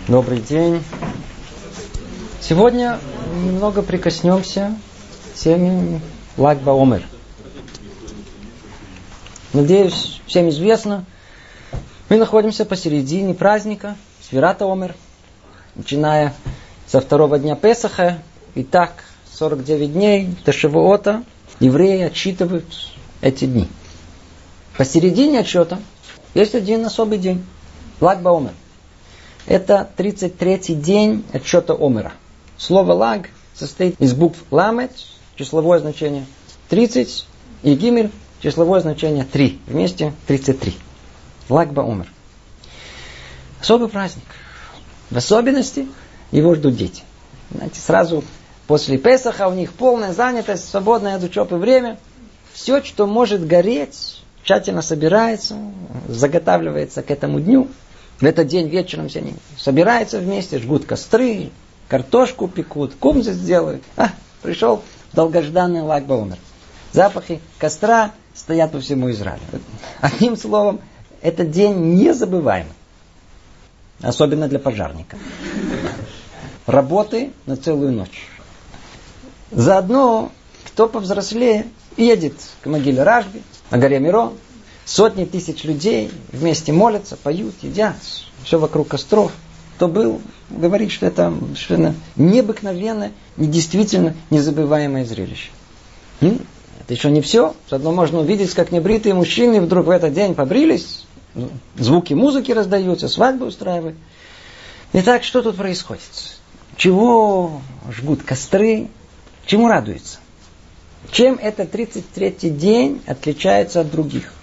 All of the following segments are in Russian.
Добрый день. Сегодня немного прикоснемся к теме Lag BaOmer. Надеюсь, всем известно, мы находимся посередине праздника Сфират Омер, начиная со второго дня Песаха. И так 49 дней до Шавуота евреи отсчитывают эти дни. Посередине отсчета есть один особый день Lag BaOmer. Это 33-й день отсчета Омера. Слово «лаг» состоит из букв «ламет», числовое значение 30, и «гимель», числовое значение 3. Вместе 33. Lag BaOmer. Особый праздник. В особенности его ждут дети. Знаете, сразу после Песаха у них полная занятость, свободное от учебы время. Все, что может гореть, тщательно собирается, заготавливается к этому дню. В этот день вечером все они собираются вместе, жгут костры, картошку пекут, кумзы делают. Пришел долгожданный Lag BaOmer. Запахи костра стоят по всему Израилю. Одним словом, этот день незабываемый. Особенно для пожарника. Работы на целую ночь. Заодно, кто повзрослее, едет к могиле Рашби, на горе Мирон. Сотни тысяч людей вместе молятся, поют, едят. Все вокруг костров. Кто был, говорит, что это совершенно необыкновенное, действительно незабываемое зрелище. Это еще не все. Заодно можно увидеть, как небритые мужчины вдруг в этот день побрились. Звуки музыки раздаются, свадьбы устраивают. Итак, что тут происходит? Чего жгут костры? Чему радуются? Чем этот 33-й день отличается от других?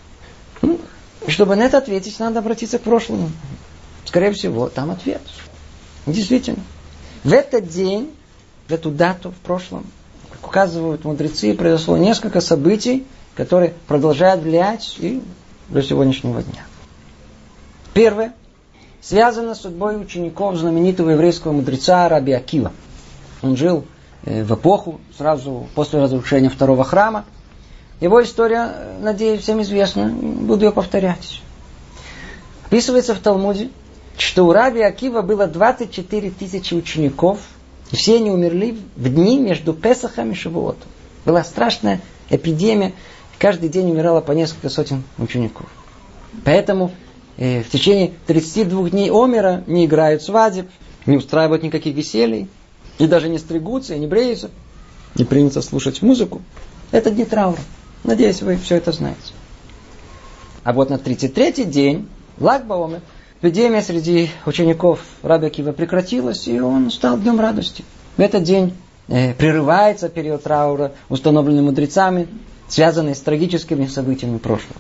Чтобы на это ответить, надо обратиться к прошлому. Скорее всего, там ответ. Действительно. В этот день, в эту дату в прошлом, как указывают мудрецы, произошло несколько событий, которые продолжают влиять и до сегодняшнего дня. Первое. Связано с судьбой учеников знаменитого еврейского мудреца Раби Акива. Он жил в эпоху, сразу после разрушения второго храма. Его история, надеюсь, всем известна. Буду ее повторять. Описывается в Талмуде, что у Раби Акива было 24 тысячи учеников, и все они умерли в дни между Песахом и Шавуотом. Была страшная эпидемия, каждый день умирало по несколько сотен учеников. Поэтому в течение 32 дней Омера не играют свадеб, не устраивают никаких веселий, и даже не стригутся, и не бреются, не принято слушать музыку. Это дни траура. Надеюсь, вы все это знаете. А вот на 33-й день, Lag BaOmer, эпидемия среди учеников Раби Акива прекратилась, и он стал днем радости. В этот день прерывается период траура, установленный мудрецами, связанный с трагическими событиями прошлого.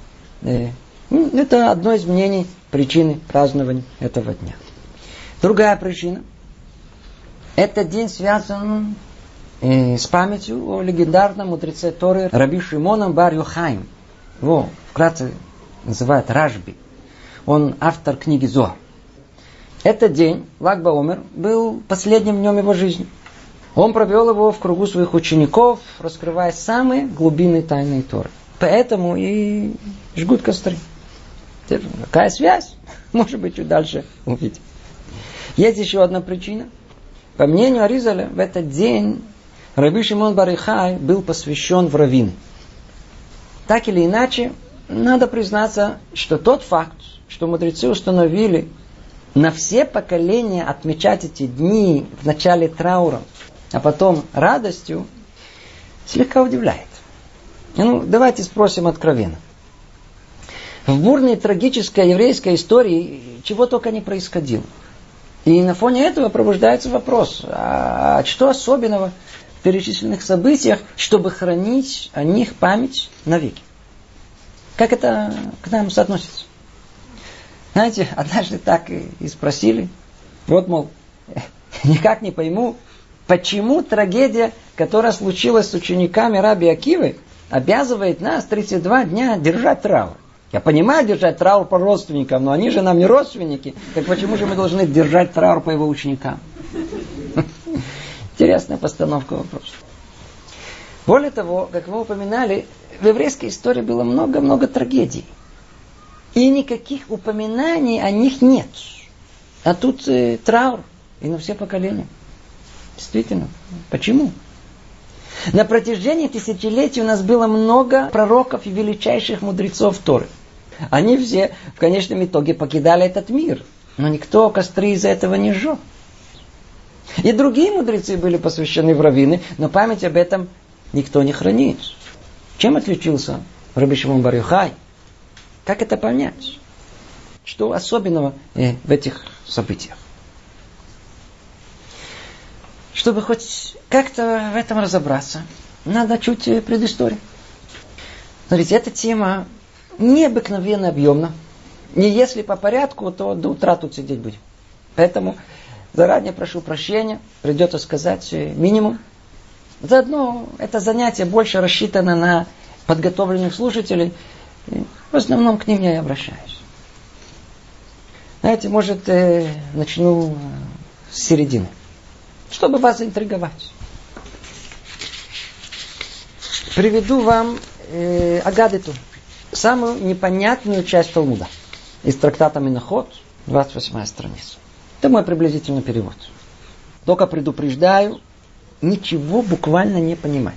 Это одно из мнений причины празднования этого дня. Другая причина. Этот день связан с памятью о легендарном мудреце Торы Раби Шимоном бар Йохаим. Его вкратце называют Рашби. Он автор книги Зоар. Этот день, Lag BaOmer, был последним днем его жизни. Он провел его в кругу своих учеников, раскрывая самые глубинные тайны Торы. Поэтому и жгут костры. Какая связь? Может быть, чуть дальше увидим. Есть еще одна причина. По мнению Аризаля, в этот день Раби Шимон бар Йохай был посвящен в раввины. Так или иначе, надо признаться, что тот факт, что мудрецы установили на все поколения отмечать эти дни в начале траура, а потом радостью, слегка удивляет. Давайте спросим откровенно. В бурной трагической еврейской истории чего только не происходило. И на фоне этого пробуждается вопрос, а что особенного в перечисленных событиях, чтобы хранить о них память навеки? Как это к нам соотносится? Знаете, однажды так и спросили. Вот, мол, никак не пойму, почему трагедия, которая случилась с учениками Раби Акивы, обязывает нас 32 дня держать траур. Я понимаю держать траур по родственникам, но они же нам не родственники. Так почему же мы должны держать траур по его ученикам? Интересная постановка вопроса. Более того, как мы упоминали, в еврейской истории было много-много трагедий. И никаких упоминаний о них нет. А тут траур. И на все поколения. Действительно. Почему? На протяжении тысячелетий у нас было много пророков и величайших мудрецов Торы. Они все в конечном итоге покидали этот мир. Но никто костры из-за этого не сжег. И другие мудрецы были посвящены в раввины, но память об этом никто не хранит. Чем отличился Раби Шимон бар Йохай? Как это понять? Что особенного в этих событиях? Чтобы хоть как-то в этом разобраться, надо чуть предыстории. Смотрите, эта тема необыкновенно объемна. Не если по порядку, то до утра тут сидеть будем. Поэтому заранее прошу прощения, придется сказать минимум. Заодно это занятие больше рассчитано на подготовленных слушателей. В основном к ним я и обращаюсь. Знаете, может, начну с середины, чтобы вас заинтриговать. Приведу вам Агадиту, самую непонятную часть Талмуда. Из трактата Минохот, 28 страница. Это мой приблизительный перевод. Только предупреждаю, ничего буквально не понимать.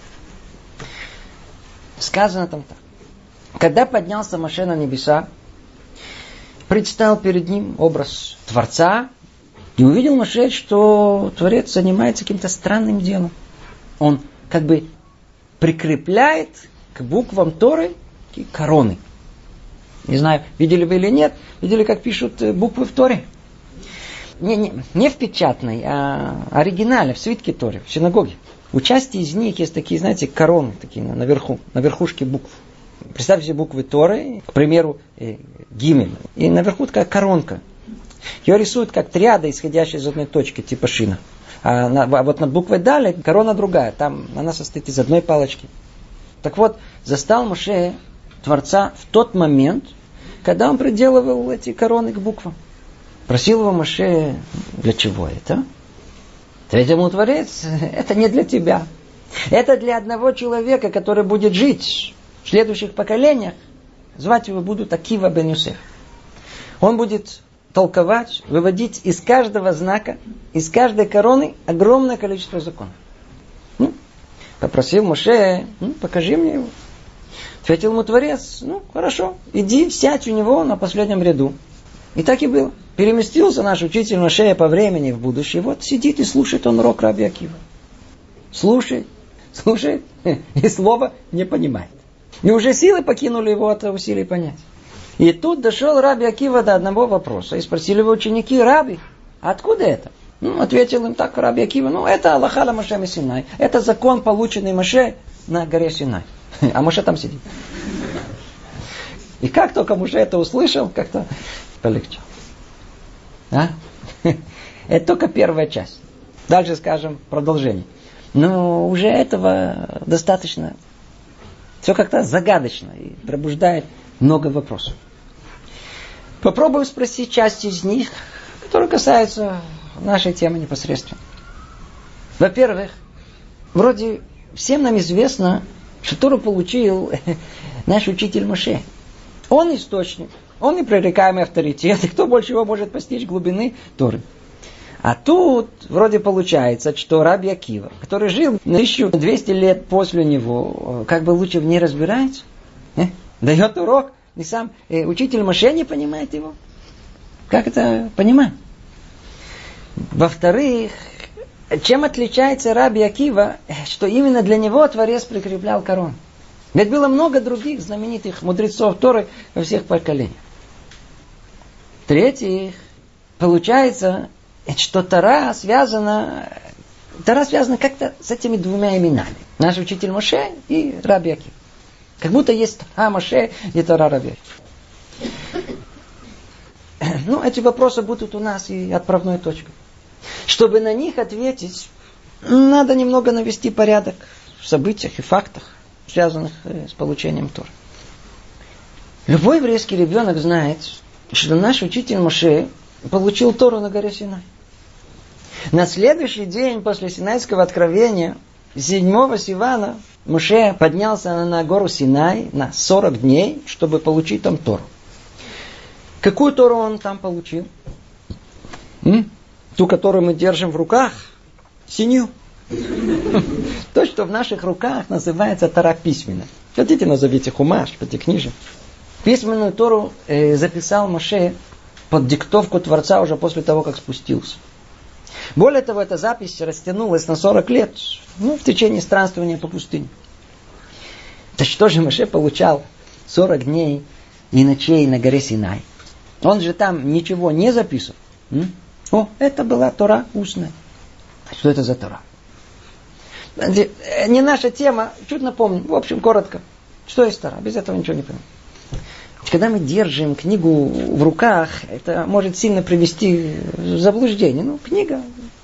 Сказано там так. Когда поднялся Моше на небеса, предстал перед ним образ Творца, и увидел Моше, что Творец занимается каким-то странным делом. Он как бы прикрепляет к буквам Торы короны. Не знаю, видели вы или нет, видели, как пишут буквы в Торе? Не в печатной, а оригинале, в свитке Торы, в синагоге. У части из них есть такие, знаете, короны такие наверху, на верхушке букв. Представьте себе буквы Торы, к примеру, Гимель. И наверху такая коронка. Ее рисуют как триада, исходящая из одной точки, типа шина. А вот над буквой Даль корона другая. Там она состоит из одной палочки. Так вот, застал Моше Творца в тот момент, когда он приделывал эти короны к буквам. Просил его Моше, для чего это? Ответил ему Творец, это не для тебя. Это для одного человека, который будет жить в следующих поколениях. Звать его будут Акива бен Йосеф. Он будет толковать, выводить из каждого знака, из каждой короны огромное количество законов. Попросил Моше, покажи мне его. Ответил ему Творец, хорошо, иди, сядь у него на последнем ряду. И так и было. Переместился наш учитель Моше по времени в будущее. Вот сидит и слушает он урок Раби Акива. Слушает, и слова не понимает. И уже силы покинули его от усилий понять. И тут дошел Раби Акива до одного вопроса. И спросили его ученики, Раби, откуда это? Ответил им так Раби Акива, это Аллаха ла Моше Синай. Это закон, полученный Моше на горе Синай. А Моше там сидит. И как только Моше это услышал, как-то полегчало. Это только первая часть. Дальше скажем продолжение. Но уже этого достаточно. Все как-то загадочно и пробуждает много вопросов. Попробуем спросить часть из них, которые касаются нашей темы непосредственно. Во-первых, вроде всем нам известно, что Тору получил наш учитель Моше. Он источник, он непререкаемый авторитет, и кто больше его может постичь глубины Торы. А тут вроде получается, что Раби Акива, который жил 1200 лет после него, как бы лучше в ней разбирается, дает урок, и сам учитель Моше не понимает его. Как это понимать? Во-вторых, чем отличается Раби Акива, что именно для него Творец прикреплял корону? Ведь было много других знаменитых мудрецов Торы во всех поколениях. В-третьих, получается, что Тора связана как-то с этими двумя именами. Наш учитель Моше и Раби Акива. Как будто есть Тора Моше и Тора Раби Акива. Эти вопросы будут у нас и отправной точкой. Чтобы на них ответить, надо немного навести порядок в событиях и фактах, связанных с получением Торы. Любой еврейский ребенок знает, что наш учитель Моше получил Тору на горе Синай. На следующий день после Синайского откровения, 7-го Сивана, Моше поднялся на гору Синай на 40 дней, чтобы получить там Тору. Какую Тору он там получил? Ту, которую мы держим в руках, синюю. То, что в наших руках называется Тора письменная. Хотите, назовите хумаш, пятикнижие. Письменную Тору записал Моше под диктовку Творца уже после того, как спустился. Более того, эта запись растянулась на 40 лет, в течение странствования по пустыне. Да что же Моше получал 40 дней и ночей на горе Синай? Он же там ничего не записывал. Это была Тора устная. Что это за Тора? Не наша тема, чуть напомню. В общем, коротко. Что есть Тора? Без этого ничего не понимаю. Когда мы держим книгу в руках, это может сильно привести в заблуждение. Книга.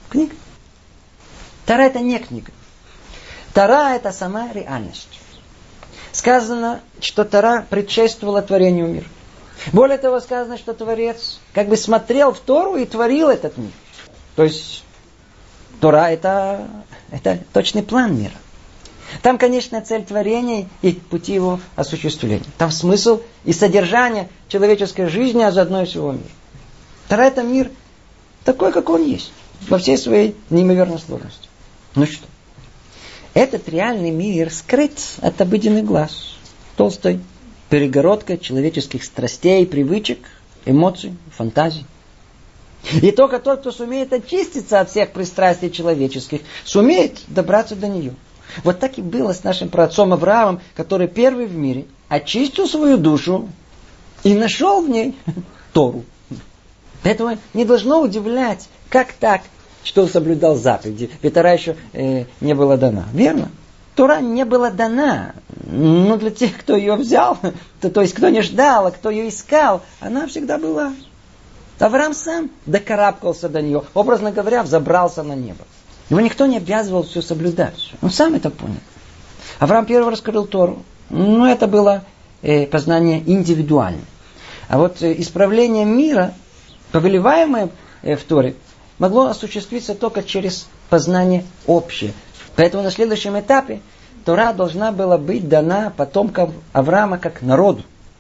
Тора это не книга. Тора это сама реальность. Сказано, что Тора предшествовала творению мира. Более того, сказано, что Творец как бы смотрел в Тору и творил этот мир. То есть Тора это точный план мира. Там, конечно, цель творения и пути его осуществления. Там смысл и содержание человеческой жизни, а заодно и всего мира. Тора это мир такой, как он есть. Во всей своей неимоверной сложности. Что? Этот реальный мир скрыт от обыденных глаз. Толстой перегородкой человеческих страстей, привычек, эмоций, фантазий. И только тот, кто сумеет очиститься от всех пристрастий человеческих, сумеет добраться до нее. Вот так и было с нашим праотцом Авраамом, который первый в мире очистил свою душу и нашел в ней Тору. Поэтому не должно удивлять, как так, что он соблюдал заповеди. Ведь Тора еще не была дана. Верно? Тора не была дана. Но для тех, кто ее взял, то есть кто не ждал, а кто ее искал, она всегда была. Авраам сам докарабкался до нее. Образно говоря, взобрался на небо. Его никто не обязывал все соблюдать. Он сам это понял. Авраам первый раскрыл Тору. Это было познание индивидуальное. А вот исправление мира, повелеваемое в Торе, могло осуществиться только через познание общее. Поэтому на следующем этапе Тора должна была быть дана потомкам Авраама как народу.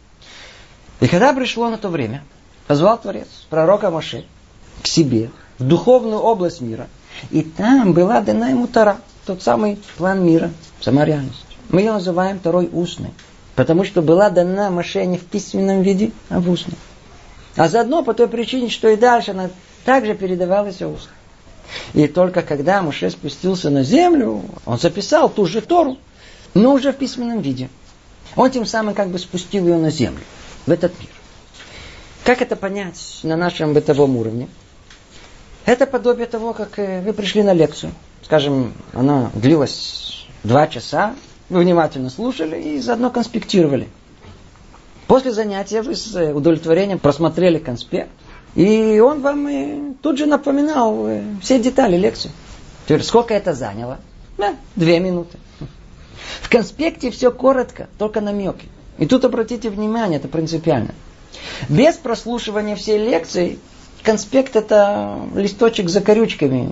И когда пришло на то время, позвал Творец пророка Моше к себе, в духовную область мира. И там была дана ему Тора, тот самый план мира, сама реальность. Мы ее называем Торой устной, потому что была дана Моше не в письменном виде, а в устном. А заодно по той причине, что и дальше она также передавалась устно. И только когда Моше спустился на землю, он записал ту же Тору, но уже в письменном виде. Он тем самым как бы спустил ее на землю, в этот мир. Как это понять на нашем бытовом уровне? Это подобие того, как вы пришли на лекцию. Скажем, она длилась 2 часа, вы внимательно слушали и заодно конспектировали. После занятия вы с удовлетворением просмотрели конспект, и он вам тут же напоминал все детали лекции. Теперь, сколько это заняло? 2 минуты. В конспекте все коротко, только намеки. И тут обратите внимание, это принципиально. Без прослушивания всей лекции конспект это листочек с закорючками.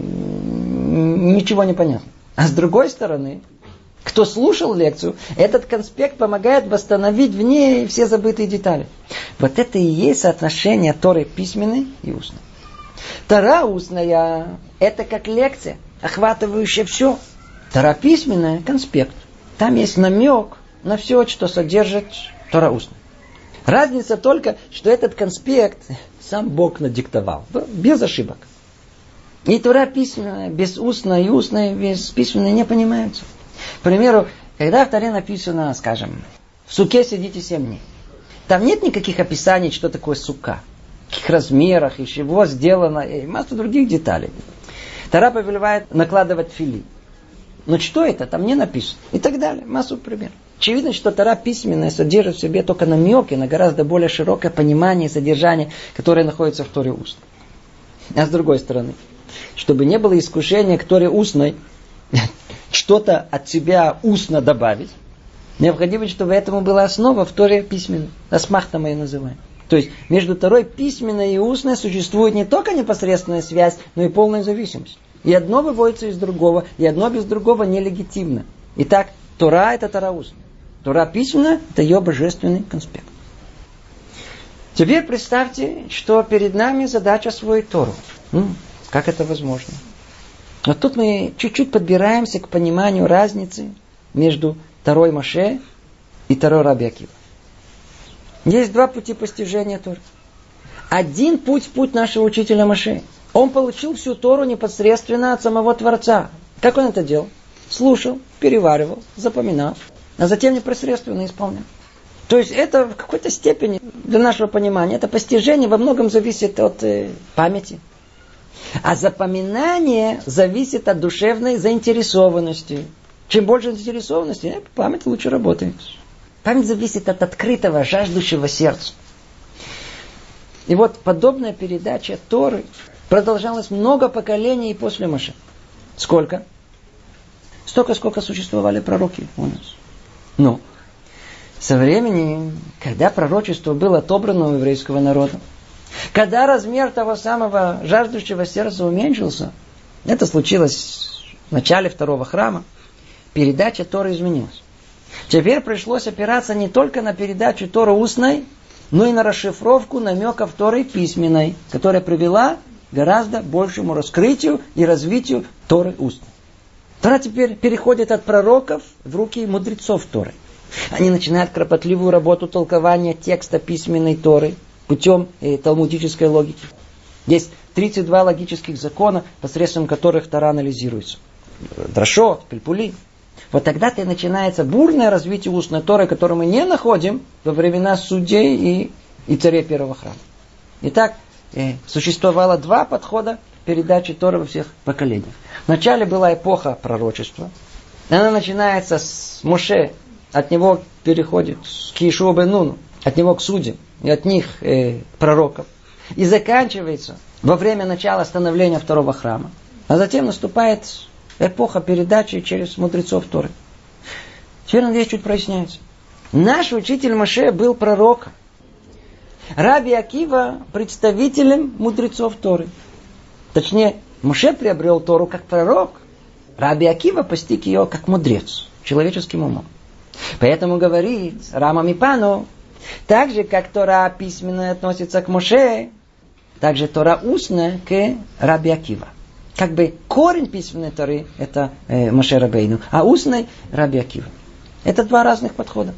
Ничего не понятно. А с другой стороны, кто слушал лекцию, этот конспект помогает восстановить в ней все забытые детали. Вот это и есть соотношение Торы письменной и устной. Тора устная это как лекция, охватывающая все. Тора письменная конспект. Там есть намек на все, что содержит Тора устная. Разница только, что этот конспект сам Бог надиктовал. Без ошибок. И Тора письменная, без устной, и устная, без письменной не понимаются. К примеру, когда в Торе написано, скажем, в суке сидите 7 дней. Там нет никаких описаний, что такое сука. В каких размерах, из чего сделано, и массу других деталей. Тора повелевает накладывать фили. Но что это? Там не написано. И так далее. Массу примеров. Очевидно, что Тора письменная содержит в себе только намеки на гораздо более широкое понимание и содержание, которое находится в Торе устной. А с другой стороны, чтобы не было искушения к Торе устной, что-то от себя устно добавить, необходимо, чтобы этому была основа в Торе письменной. Асмахта мы ее называем. То есть между Торой письменной и устной существует не только непосредственная связь, но и полная зависимость. И одно выводится из другого, и одно без другого нелегитимно. Итак, Тора это Тора устная. Тора письменная это ее божественный конспект. Теперь представьте, что перед нами задача освоить Тору. Как это возможно? Вот тут мы чуть-чуть подбираемся к пониманию разницы между Торой Моше и Торой Раби Акива. Есть два пути постижения Торы. Один путь нашего учителя Моше. Он получил всю Тору непосредственно от самого Творца. Как он это делал? Слушал, переваривал, запоминал, а затем непосредственно исполнял. То есть это в какой-то степени, для нашего понимания, это постижение во многом зависит от памяти. А запоминание зависит от душевной заинтересованности. Чем больше заинтересованности, память лучше работает. Память зависит от открытого, жаждущего сердца. И вот подобная передача Торы продолжалась много поколений после Моше. Сколько? Столько, сколько существовали пророки у нас. Но со временем, когда пророчество было отобрано у еврейского народа, когда размер того самого жаждущего сердца уменьшился, это случилось в начале второго храма, передача Торы изменилась. Теперь пришлось опираться не только на передачу Торы устной, но и на расшифровку намеков Торы письменной, которая привела к гораздо большему раскрытию и развитию Торы устной. Тора теперь переходит от пророков в руки мудрецов Торы. Они начинают кропотливую работу толкования текста письменной Торы путем талмудической логики. Есть 32 логических закона, посредством которых Тора анализируется. Дрошот, пельпули. Вот тогда-то и начинается бурное развитие устной Торы, которое мы не находим во времена судей и царей первого храма. Итак, существовало два подхода передачи Торы во всех поколениях. Вначале была эпоха пророчества. Она начинается с Моше, от него переходит к Иешуа бен Нуну, от него к судьям, и от них пророков. И заканчивается во время начала становления второго храма. А затем наступает эпоха передачи через мудрецов Торы. Теперь, надеюсь, чуть проясняется. Наш учитель Моше был пророком. Раби Акива представителем мудрецов Торы. Точнее, Моше приобрел Тору как пророк. Раби Акива постиг ее как мудрец, человеческим умом. Поэтому говорит Рама Мипану, так же, как Тора письменная относится к Моше, так же Тора устная к Раби Акива. Как бы корень письменной Торы это Моше Рабейну, а устной Раби Акива. Это два разных подхода.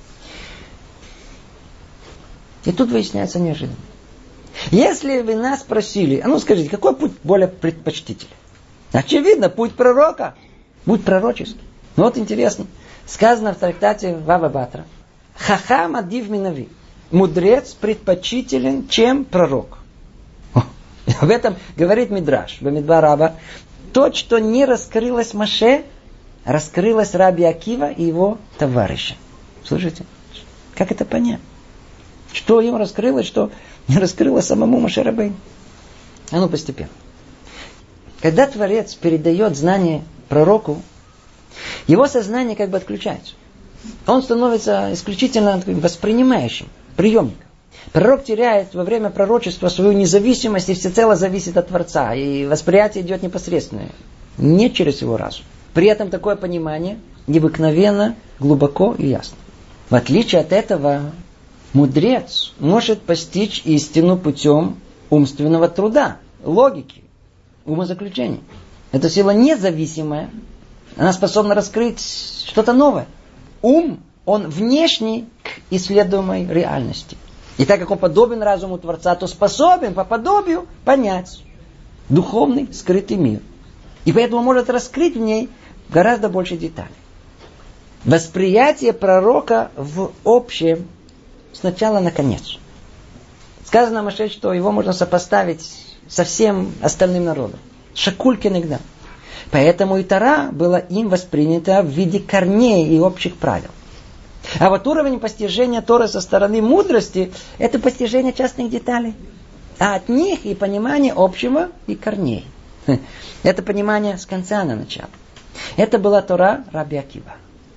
И тут выясняется неожиданно. Если вы нас спросили, скажите, какой путь более предпочтителен? Очевидно, путь пророка. Путь пророческий. Вот интересно. Сказано в трактате Бава Батра. Хахам адив минави. Мудрец предпочтителен, чем пророк. Об этом говорит Мидраш. Бамидбар Раба. То, что не раскрылось Моше, раскрылось Раби Акива и его товарищам. Слышите? Как это понять? Что им раскрылось, что не раскрылось самому Моше Рабейну. Постепенно. Когда Творец передает знание пророку, его сознание как бы отключается. Он становится исключительно воспринимающим, приемником. Пророк теряет во время пророчества свою независимость и всецело зависит от Творца. И восприятие идет непосредственное, не через его разум. При этом такое понимание необыкновенно глубоко и ясно. В отличие от этого, мудрец может постичь истину путем умственного труда, логики, умозаключений. Эта сила независимая. Она способна раскрыть что-то новое. Ум, он внешний к исследуемой реальности. И так как он подобен разуму Творца, то способен по подобию понять духовный скрытый мир. И поэтому может раскрыть в ней гораздо больше деталей. Восприятие пророка в общем сначала на конец. Сказано о Моше, что его можно сопоставить со всем остальным народом. Шакуль кенегда. Поэтому и Тора была им воспринята в виде корней и общих правил. А вот уровень постижения Торы со стороны мудрости – это постижение частных деталей. А от них и понимание общего и корней. Это понимание с конца на начало. Это была Тора Раби Акива.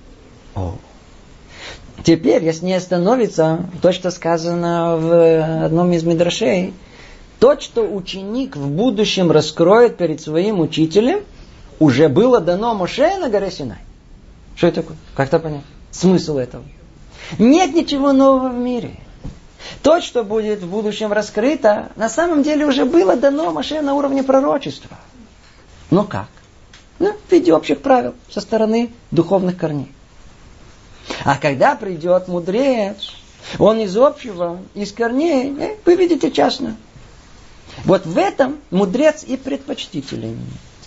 Теперь, если не остановиться, то, что сказано в одном из мидрашей, то, что ученик в будущем раскроет перед своим учителем, уже было дано Моше на горе Синай. Что это такое? Как это понять? Смысл этого. Нет ничего нового в мире. То, что будет в будущем раскрыто, на самом деле уже было дано Моше на уровне пророчества. Но как? В виде общих правил со стороны духовных корней. А когда придет мудрец, он из общего, из корней, вы видите частно. Вот в этом мудрец и предпочтителен.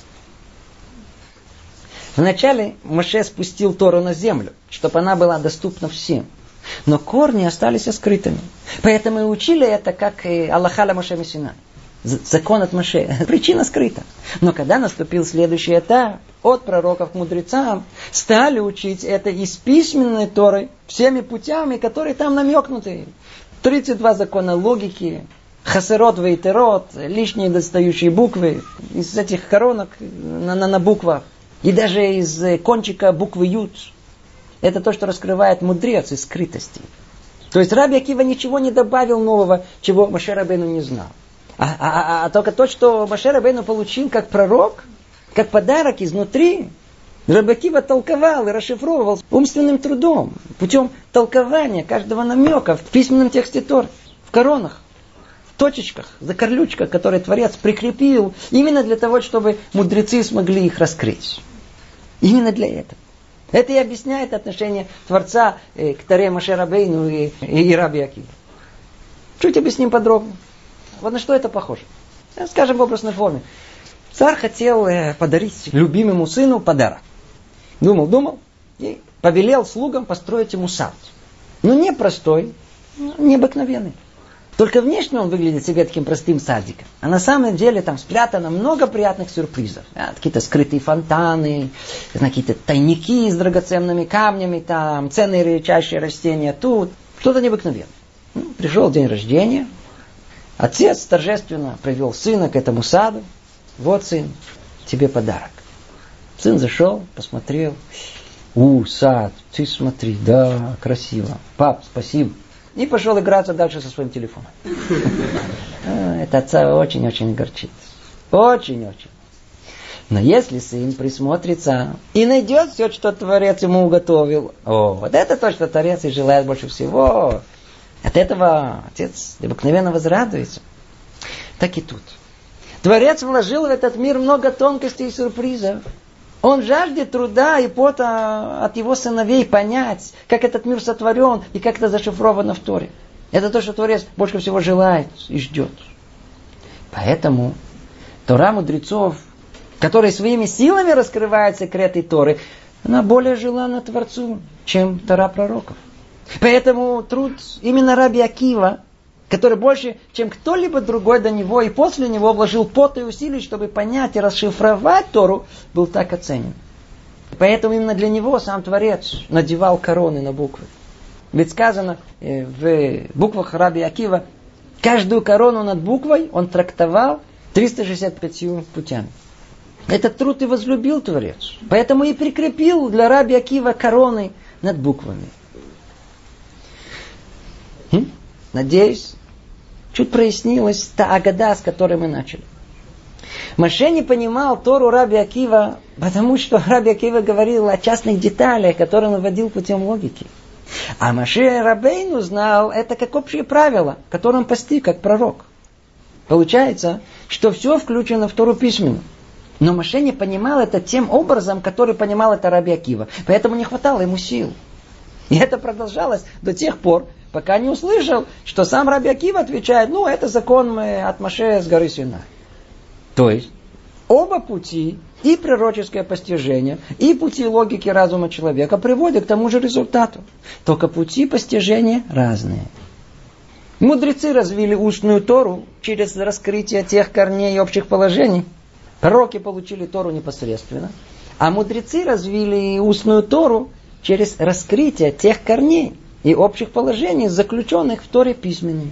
Вначале Моше спустил Тору на землю, чтобы она была доступна всем. Но корни остались скрытыми. Поэтому и учили это, как Аллаха ля Моше мисинай. Закон от Моше. Причина скрыта. Но когда наступил следующий этап, от пророков к мудрецам, стали учить это из письменной Торы, всеми путями, которые там намекнуты. 32 закона логики, хасерот, вейтерот, лишние достающие буквы, из этих коронок на буквах. И даже из кончика буквы Ют. Это то, что раскрывает мудрец из скрытости. То есть Раби Акива ничего не добавил нового, чего Моше Рабейну не знал. А только то, что Моше Рабейну получил как пророк, как подарок изнутри, Раби Акива толковал и расшифровывал умственным трудом, путем толкования каждого намека в письменном тексте Торы, в коронах, в точечках, закорлючках, которые Творец прикрепил именно для того, чтобы мудрецы смогли их раскрыть. Именно для этого. Это и объясняет отношение Творца к Торе Моше Рабейну и Раби Акиве. Чуть объясним подробно. Вот на что это похоже. Скажем в образной форме. Царь хотел подарить любимому сыну подарок. Думал и повелел слугам построить ему сад. Но не простой, необыкновенный. Только внешне он выглядит себе таким простым садиком. А на самом деле там спрятано много приятных сюрпризов. Какие-то скрытые фонтаны, какие-то тайники с драгоценными камнями, там ценные редчайшие растения тут. Что-то необыкновенное. Пришел день рождения. Отец торжественно привел сына к этому саду. Вот, сын, тебе подарок. Сын зашел, посмотрел. Сад, ты смотри, да, красиво. Пап, спасибо. И пошел играться дальше со своим телефоном. Это отца очень-очень горчит. Очень-очень. Но если сын присмотрится и найдет все, что Творец ему уготовил, вот это то, что Творец и желает больше всего. От этого отец обыкновенно возрадуется. Так и тут. Творец вложил в этот мир много тонкостей и сюрпризов. Он жаждет труда и пота от его сыновей понять, как этот мир сотворен и как это зашифровано в Торе. Это то, что Творец больше всего желает и ждет. Поэтому Тора мудрецов, которые своими силами раскрывают секреты Торы, она более желанна Творцу, чем Тора пророков. Поэтому труд именно Раби Акива, который больше, чем кто-либо другой до него и после него вложил пот и усилий, чтобы понять и расшифровать Тору, был так оценен. Поэтому именно для него сам Творец надевал короны на буквы. Ведь сказано в буквах Раби Акива, каждую корону над буквой он трактовал 365 путями. Этот труд и возлюбил Творец. Поэтому и прикрепил для Раби Акива короны над буквами. Надеюсь, чуть прояснилась та агада, с которой мы начали. Моше не понимал Тору Раби Акива, потому что Раби Акива говорил о частных деталях, которые он вводил путем логики. А Моше Рабейну знал это как общее правило, которое он постиг как пророк. Получается, что все включено в Тору письменно. Но Моше не понимал это тем образом, который понимал это Раби Акива. Поэтому не хватало ему сил. И это продолжалось до тех пор, пока не услышал, что сам Раби Акива отвечает, это закон от Моше с горы Синай. То есть, оба пути, и пророческое постижение, и пути логики разума человека приводят к тому же результату. Только пути постижения разные. Мудрецы развили устную Тору через раскрытие тех корней и общих положений. Пророки получили Тору непосредственно, а мудрецы развили устную Тору через раскрытие тех корней и общих положений, заключенных в Торе письменной.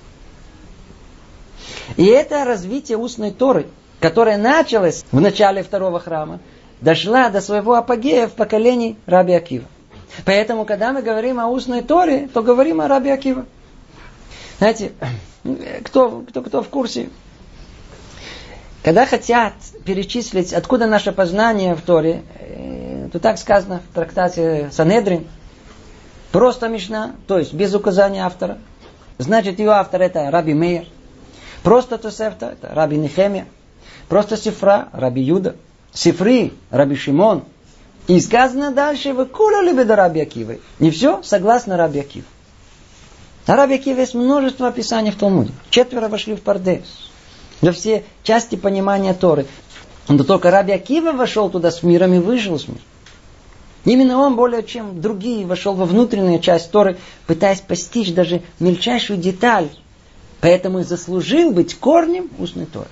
И это развитие устной Торы, которое началось в начале второго храма, дошла до своего апогея в поколении Раби Акива. Поэтому, когда мы говорим о устной Торе, то говорим о Раби Акива. Знаете, кто в курсе? Когда хотят перечислить, откуда наше познание в Торе, то так сказано в трактате Санедрин, просто Мишна, то есть без указания автора. Значит, ее автор это Раби Мейер. Просто Тосефта это Раби Нехемия. Просто Сифра Раби Юда. Сифри Раби Шимон. И сказано дальше, вы кула любит Раби Акивы. Не все согласно Раби Акиве. На Раби Акиве есть множество описаний в Талмуде. 4 вошли в Пардес. Да все части понимания Торы. Но только Раби Акива вошел туда с миром и вышел с миром. Именно он более чем другие вошел во внутреннюю часть Торы, пытаясь постичь даже мельчайшую деталь. Поэтому и заслужил быть корнем устной Торы.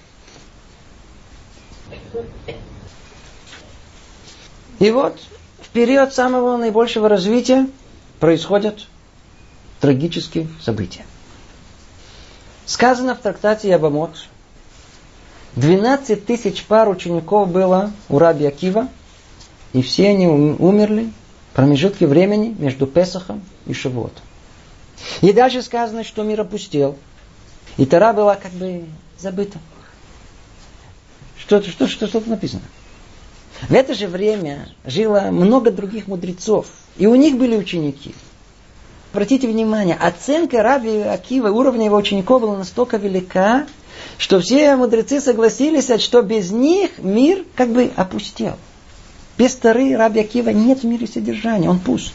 И вот в период самого наибольшего развития происходят трагические события. Сказано в трактате Ябамот, 12 тысяч пар учеников было у Раби Акива, и все они умерли в промежутке времени между Песахом и Шавуотом. И дальше сказано, что мир опустел, и Тора была как бы забыта. Что тут написано? В это же время жило много других мудрецов, и у них были ученики. Обратите внимание, оценка Раби Акива, уровня его учеников была настолько велика, что все мудрецы согласились, что без них мир как бы опустел. Без Торы Раби Акива нет в мире содержания, он пуст.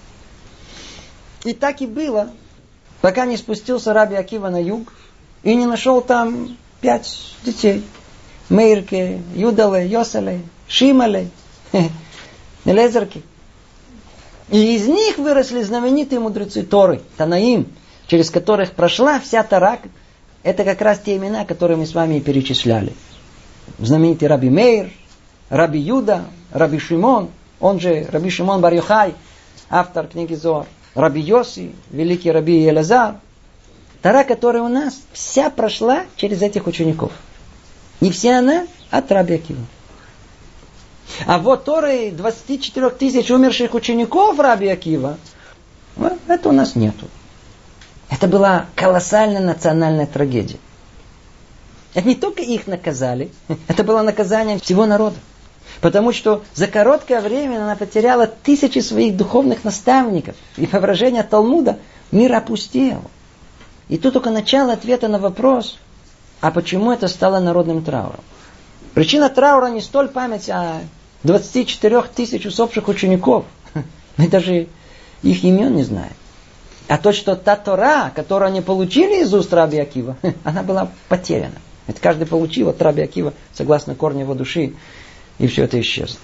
И так и было, пока не спустился Раби Акива на юг и не нашел там 5 детей. Мейрке, Юдале, Йоселе, Шимале, Элезерке. И из них выросли знаменитые мудрецы Торы, Танаим, через которых прошла вся Тора. Это как раз те имена, которые мы с вами и перечисляли. Знаменитый Раби Мейр, Раби Юда, Раби Шимон, он же Раби Шимон бар Йохай, автор книги Зоар, Раби Йоси, великий Раби Елазар. Тора, которая у нас, вся прошла через этих учеников. Не вся она от Раби Акива. А вот Торы 24 тысяч умерших учеников Раби Акива, это у нас нету. Это была колоссальная национальная трагедия. Это не только их наказали, это было наказание всего народа. Потому что за короткое время она потеряла тысячи своих духовных наставников. И по выражению Талмуда мир опустел. И тут только начало ответа на вопрос, а почему это стало народным трауром. Причина траура не столь память о 24 тысяч усопших учеников. Мы даже их имен не знаем. А то, что та Тора, которую они получили из уст Раби Акива, она была потеряна. Это каждый получил от Раби Акива, согласно корню его души, и все это исчезло.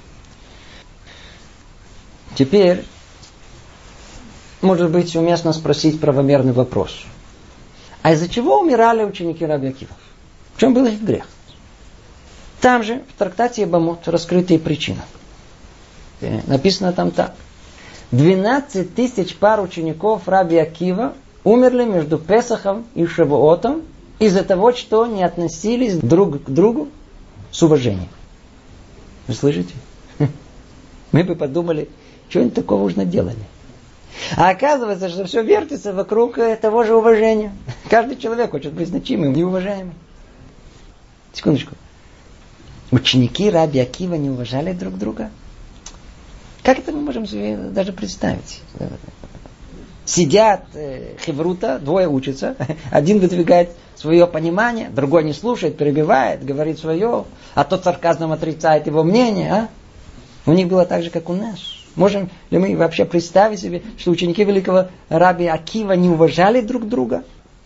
Теперь, может быть, уместно спросить правомерный вопрос. А из-за чего умирали ученики Раби Акива? В чем был их грех? Там же, в трактате Ябамот, раскрытые причины. Написано там так. 12 тысяч пар учеников Раби Акива умерли между Песахом и Шавуотом из-за того, что не относились друг к другу с уважением. Вы слышите? Мы бы подумали, что они такого уж наделали. А оказывается, что все вертится вокруг того же уважения. Каждый человек хочет быть значимым и уважаемым. Секундочку. Ученики Раби Акива не уважали друг друга? Как это мы можем себе даже представить? Сидят хеврута, двое учатся. Один выдвигает свое понимание, другой не слушает, перебивает, говорит свое, а тот сарказмом отрицает его мнение. А? У них было так же, как у нас. Можем ли мы вообще представить себе, что ученики великого Раби Акива не уважали друг друга?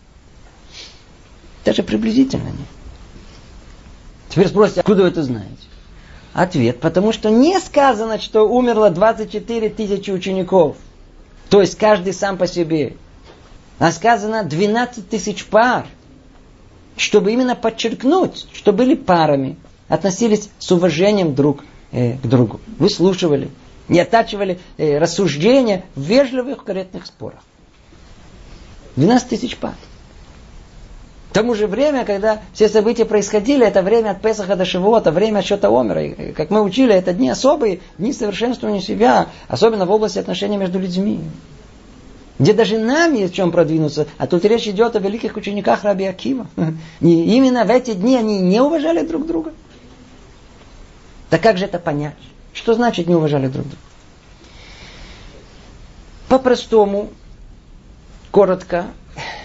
Даже приблизительно нет. Теперь спросите, откуда вы это знаете? Ответ, потому что не сказано, что умерло 24 тысячи учеников. То есть каждый сам по себе. А сказано 12 тысяч пар. Чтобы именно подчеркнуть, что были парами. Относились с уважением друг к другу. Выслушивали. Не оттачивали рассуждения в вежливых, корректных спорах. 12 тысяч пар. В то же время, когда все события происходили, это время от Песаха до Шавуота, время отсчета Омера. И, как мы учили, это дни особые, дни совершенствования себя, особенно в области отношений между людьми. Где даже нам есть в чем продвинуться. А тут речь идет о великих учениках Раби Акива. И именно в эти дни они не уважали друг друга. Так как же это понять? Что значит не уважали друг друга? По-простому, коротко,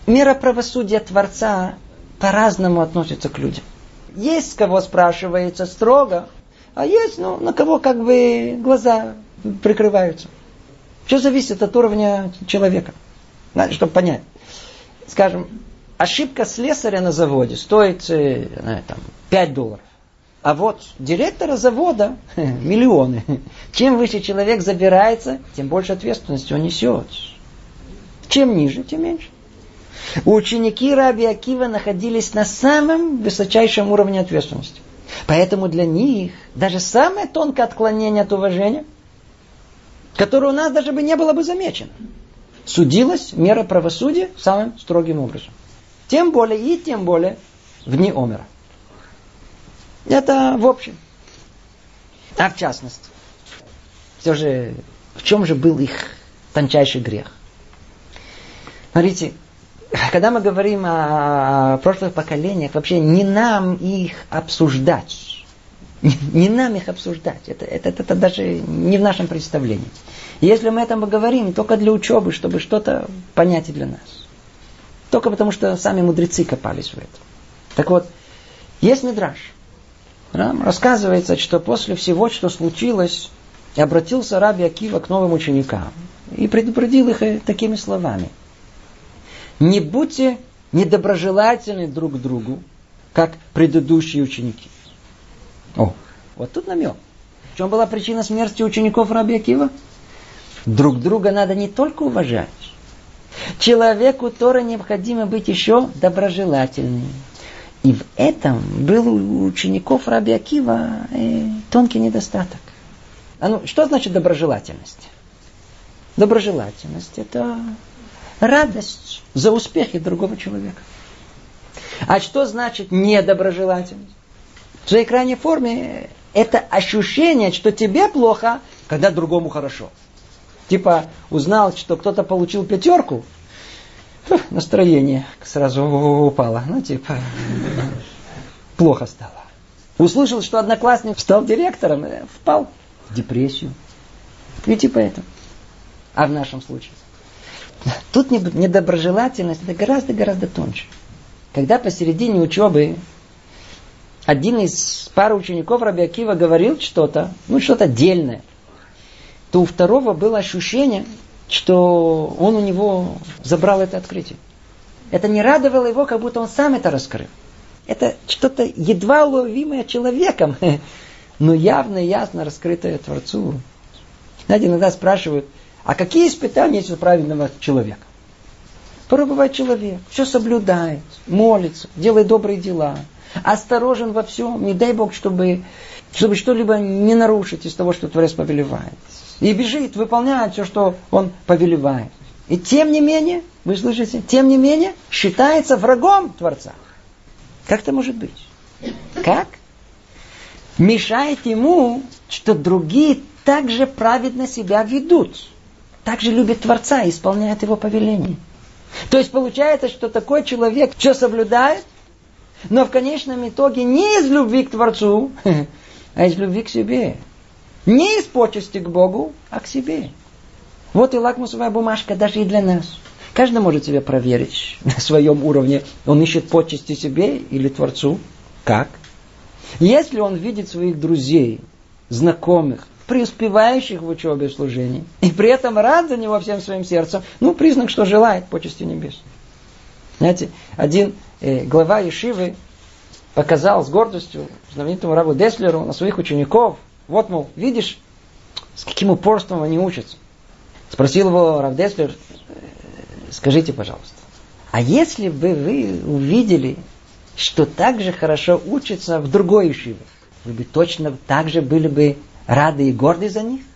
Мера правосудия Творца по-разному относится к людям. Есть, с кого спрашивается строго, а есть, на кого как бы глаза прикрываются. Все зависит от уровня человека. Надо, чтобы понять. Скажем, ошибка слесаря на заводе стоит $5. А вот директора завода миллионы. Чем выше человек забирается, тем больше ответственности он несет. Чем ниже, тем меньше. Ученики Раби Акива находились на самом высочайшем уровне ответственности. Поэтому для них даже самое тонкое отклонение от уважения, которое у нас даже бы не было бы замечено, судилась мера правосудия самым строгим образом. Тем более вне омера. Это в общем. А в частности, все же, в чем же был их тончайший грех? Смотрите, когда мы говорим о прошлых поколениях, вообще не нам их обсуждать. Не нам их обсуждать. Это даже не в нашем представлении. Если мы об этом говорим, только для учебы, чтобы что-то понять и для нас. Только потому, что сами мудрецы копались в этом. Так вот, есть мидраш. Рассказывается, что после всего, что случилось, обратился Раби Акива к новым ученикам и предупредил их такими словами. Не будьте недоброжелательны друг к другу, как предыдущие ученики. Вот тут намек. В чем была причина смерти учеников Раби Акива? Друг друга надо не только уважать. Человеку Торы необходимо быть еще доброжелательным. И в этом был у учеников Раби Акива тонкий недостаток. Что значит доброжелательность? Доброжелательность – это радость за успехи другого человека. А что значит недоброжелательность? В своей крайней форме это ощущение, что тебе плохо, когда другому хорошо. Типа узнал, что кто-то получил 5, настроение сразу упало. Плохо стало. Услышал, что одноклассник стал директором, впал в депрессию. И типа это. А в нашем случае? Тут недоброжелательность это гораздо тоньше. Когда посередине учебы один из пары учеников Раби Акива говорил что-то дельное, то у второго было ощущение, что он у него забрал это открытие. Это не радовало его, как будто он сам это раскрыл. Это что-то едва уловимое человеком, но явно и ясно раскрытое Творцу. Знаете, иногда спрашивают, а какие испытания есть у праведного человека? Порой бывает человек, все соблюдает, молится, делает добрые дела, осторожен во всем, не дай Бог, чтобы что-либо не нарушить из того, что Творец повелевает. И бежит, выполняет все, что он повелевает. И тем не менее, вы слышите, считается врагом Творца. Как это может быть? Как? Мешает ему, что другие также праведно себя ведут. Также любят Творца и исполняют его повеление. То есть получается, что такой человек все соблюдает, но в конечном итоге не из любви к Творцу, а из любви к себе. Не из почести к Богу, а к себе. Вот и лакмусовая бумажка даже и для нас. Каждый может себя проверить на своем уровне. Он ищет почести себе или Творцу. Как? Если он видит своих друзей, знакомых, преуспевающих в учебе и служении, и при этом рад за него всем своим сердцем, признак, что желает почести небес. Знаете, один глава Ешивы показал с гордостью знаменитому Раву Деслеру на своих учеников. Вот, мол, видишь, с каким упорством они учатся. Спросил его Рав Деслер, скажите, пожалуйста, а если бы вы увидели, что так же хорошо учатся в другой ешиве, вы бы точно так же были бы рады и горды за них?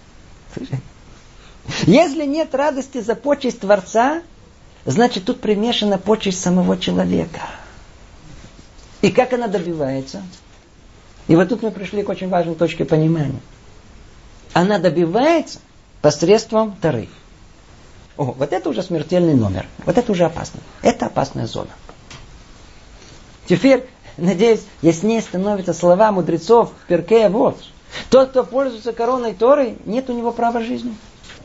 Если нет радости за почесть Творца, значит тут примешана почесть самого человека. И как она добивается? И вот тут мы пришли к очень важной точке понимания. Она добивается посредством Торы. Вот это уже смертельный номер. Вот это уже опасно. Это опасная зона. Теперь, надеюсь, яснее становятся слова мудрецов Перкей Авот. Тот, кто пользуется короной Торы, нет у него права жизни.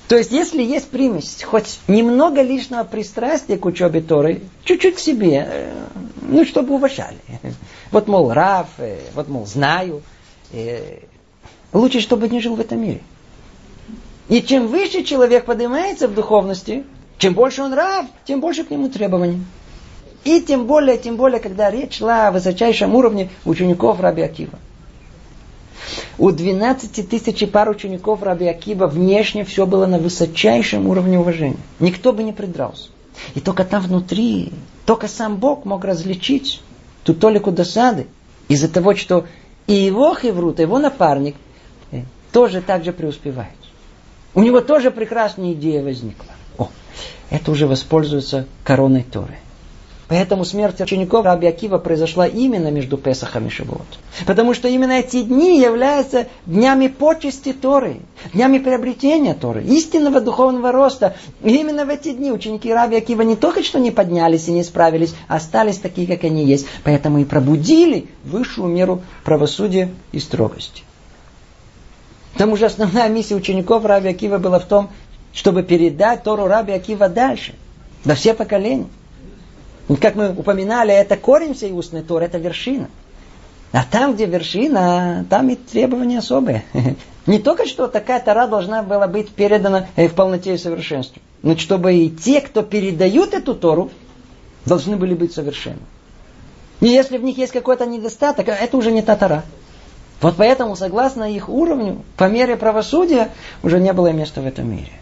То есть, если есть примесь, хоть немного лишнего пристрастия к учебе Торы, чуть-чуть к себе, чтобы уважали. Вот, мол, рав, вот, мол, знаю. Лучше, чтобы не жил в этом мире. И чем выше человек поднимается в духовности, чем больше он рав, тем больше к нему требований. И тем более, когда речь шла о высочайшем уровне учеников Раби Акива. У 12 тысяч пар учеников Раби Акива внешне все было на высочайшем уровне уважения. Никто бы не придрался. И только там внутри, только сам Бог мог различить ту толику досады из-за того, что и его хеврут, его напарник тоже так же преуспевает. У него тоже прекрасная идея возникла. Это уже воспользуется короной Торы. Поэтому смерть учеников Раби Акива произошла именно между Песахом и Шавуот. Потому что именно эти дни являются днями почести Торы, днями приобретения Торы, истинного духовного роста. И именно в эти дни ученики Раби Акива не только что не поднялись и не справились, а остались такие, как они есть. Поэтому и пробудили высшую меру правосудия и строгости. К тому же основная миссия учеников Раби Акива была в том, чтобы передать Тору Раби Акива дальше, до все поколения. Как мы упоминали, это корень всей устной Торы, это вершина. А там, где вершина, там и требования особые. Не только что такая Тора должна была быть передана в полноте и совершенстве, но чтобы и те, кто передают эту Тору, должны были быть совершенны. И если в них есть какой-то недостаток, это уже не та Тора. Вот поэтому, согласно их уровню, по мере правосудия, уже не было места в этом мире.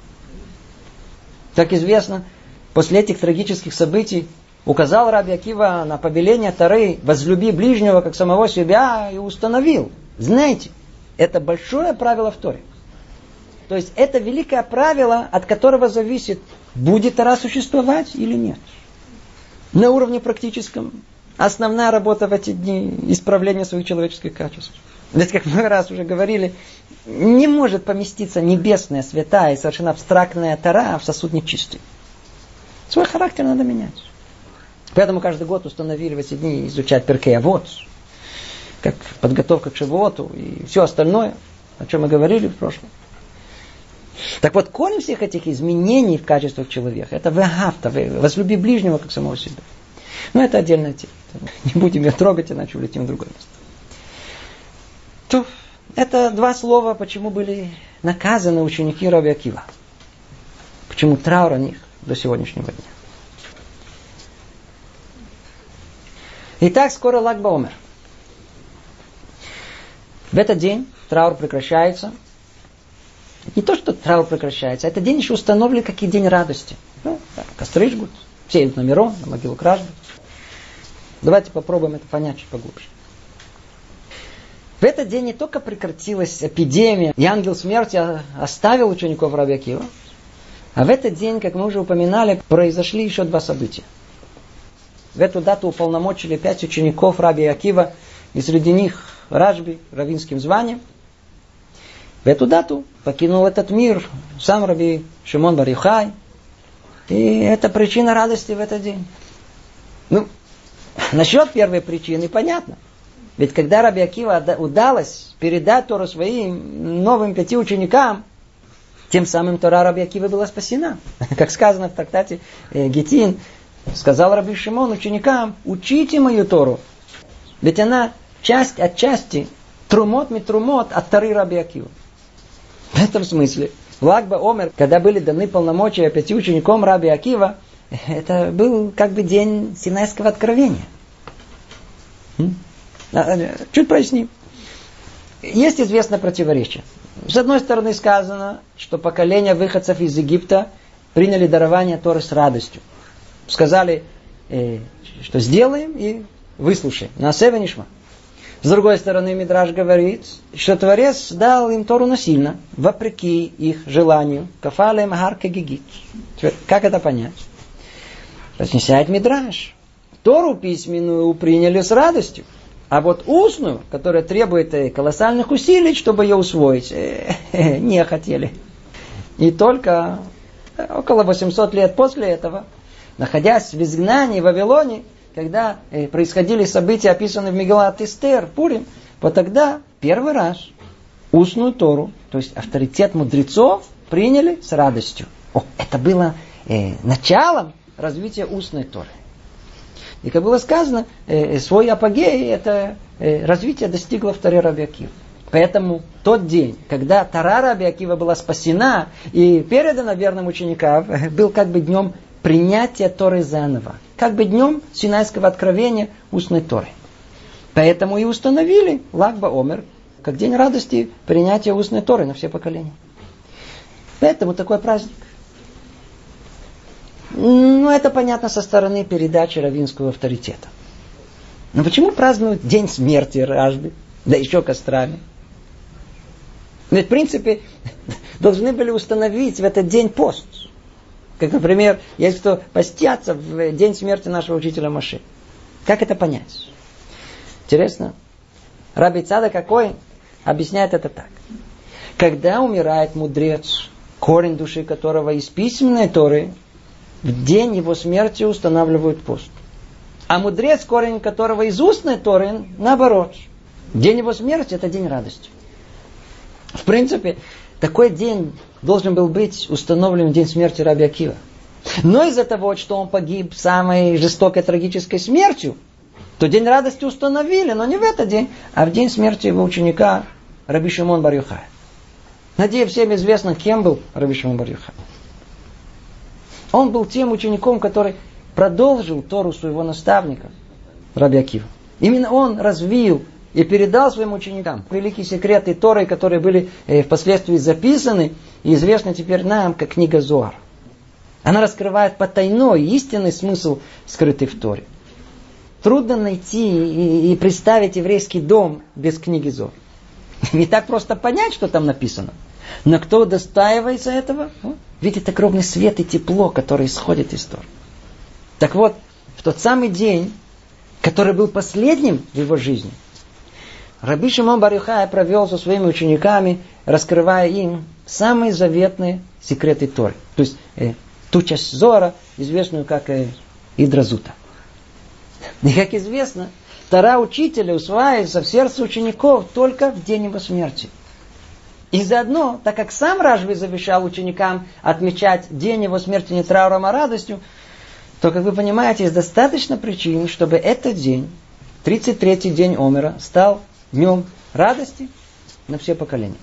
Как известно, после этих трагических событий указал Раби Акива на повеление Торы «возлюби ближнего, как самого себя» и установил. Знаете, это большое правило в Торе. То есть это великое правило, от которого зависит, будет Тора существовать или нет. На уровне практическом основная работа в эти дни – исправление своих человеческих качеств. Ведь, как мы раз уже говорили, не может поместиться небесная, святая и совершенно абстрактная Тора в сосуд нечистый. Свой характер надо менять. Поэтому каждый год установили в эти дни изучать Перкей Авот, как подготовка к Шавуоту и все остальное, о чем мы говорили в прошлом. Так вот, корень всех этих изменений в качествах человека – это вегавта, возлюби ближнего, как самого себя. Но это отдельная тема. Не будем ее трогать, иначе улетим в другое место. То, это два слова, почему были наказаны ученики Раби Акива. Почему траур о них до сегодняшнего дня. Итак, скоро Lag BaOmer. В этот день траур прекращается. Не то, что траур прекращается, этот день еще установлен как и день радости. Костры жгут, все идут на Мирон, на могилу Кражби. Давайте попробуем это понять чуть поглубже. В этот день не только прекратилась эпидемия, и ангел смерти оставил учеников Раби Акива, а в этот день, как мы уже упоминали, произошли еще два события. В эту дату уполномочили 5 учеников Раби Акива, и среди них Рашби, раввинским званием. В эту дату покинул этот мир сам Раби Шимон бар Йохай. И это причина радости в этот день. Насчет первой причины понятно. Ведь когда Раби Акива удалось передать Тору своим новым 5 ученикам, тем самым Тора Раби Акивы была спасена. Как сказано в трактате Гитин, сказал Раби Шимон ученикам: учите мою Тору. Ведь она часть от части, трумот митрумот от Торы Раби Акивы. В этом смысле Lag BaOmer, когда были даны полномочия 5 ученикам Раби Акива, это был как бы день Синайского откровения. Чуть проясним. Есть известное противоречие. С одной стороны сказано, что поколение выходцев из Египта приняли дарование Торы с радостью. Сказали, что сделаем и выслушаем. Наасе венишма. С другой стороны, Мидраш говорит, что Творец дал им Тору насильно, вопреки их желанию. Кафалем гар кегигит. Как это понять? Разъясняет Мидраш. Тору письменную приняли с радостью. А вот устную, которая требует колоссальных усилий, чтобы ее усвоить, не хотели. И только около 800 лет после этого, находясь в изгнании в Вавилоне, когда происходили события, описанные в Мегилат Эстер, Пурим, вот тогда первый раз устную Тору, то есть авторитет мудрецов, приняли с радостью. Это было началом развития устной Торы. И как было сказано, свой апогей, это развитие достигло в Торе Раби Акивы. Поэтому тот день, когда Тора Раби Акивы была спасена и передана верным ученикам, был как бы днем принятия Торы заново. Как бы днем Синайского откровения устной Торы. Поэтому и установили Lag BaOmer как день радости принятия устной Торы на все поколения. Поэтому такой праздник. Это понятно со стороны передачи раввинского авторитета. Но почему празднуют день смерти Рашби? Да еще кострами. Ведь в принципе должны были установить в этот день пост. Как, например, есть кто постятся в день смерти нашего учителя Моше. Как это понять? Интересно. Раби Цадок какой объясняет это так. Когда умирает мудрец, корень души которого из письменной Торы, в день его смерти устанавливают пост. А мудрец, корень которого из устной Торы, наоборот. День его смерти – это день радости. В принципе, такой день должен был быть установлен в день смерти Раби Акива. Но из-за того, что он погиб самой жестокой, трагической смертью, то день радости установили, но не в этот день, а в день смерти его ученика Раби Шимон бар Йохай. Надеюсь, всем известно, кем был Раби Шимон бар Йохай. Он был тем учеником, который продолжил Тору своего наставника, Раби Акива. Именно он развил и передал своим ученикам великие секреты Торы, которые были впоследствии записаны и известны теперь нам, как книга Зоар. Она раскрывает потайной, истинный смысл, скрытый в Торе. Трудно найти и представить еврейский дом без книги Зоар. Не так просто понять, что там написано. Но кто удостаивается этого, видит огромный свет и тепло, которое исходит из Торы. Так вот, в тот самый день, который был последним в его жизни, Раби Шимон бар Йохай провел со своими учениками, раскрывая им самые заветные секреты Торы. То есть ту часть Зоара, известную как Идразута. И как известно, Тора учителя усваивается в сердце учеников только в день его смерти. И заодно, так как сам Рашби завещал ученикам отмечать день его смерти не трауром, а радостью, то, как вы понимаете, есть достаточно причин, чтобы этот день, 33-й день Омера, стал днем радости на все поколения.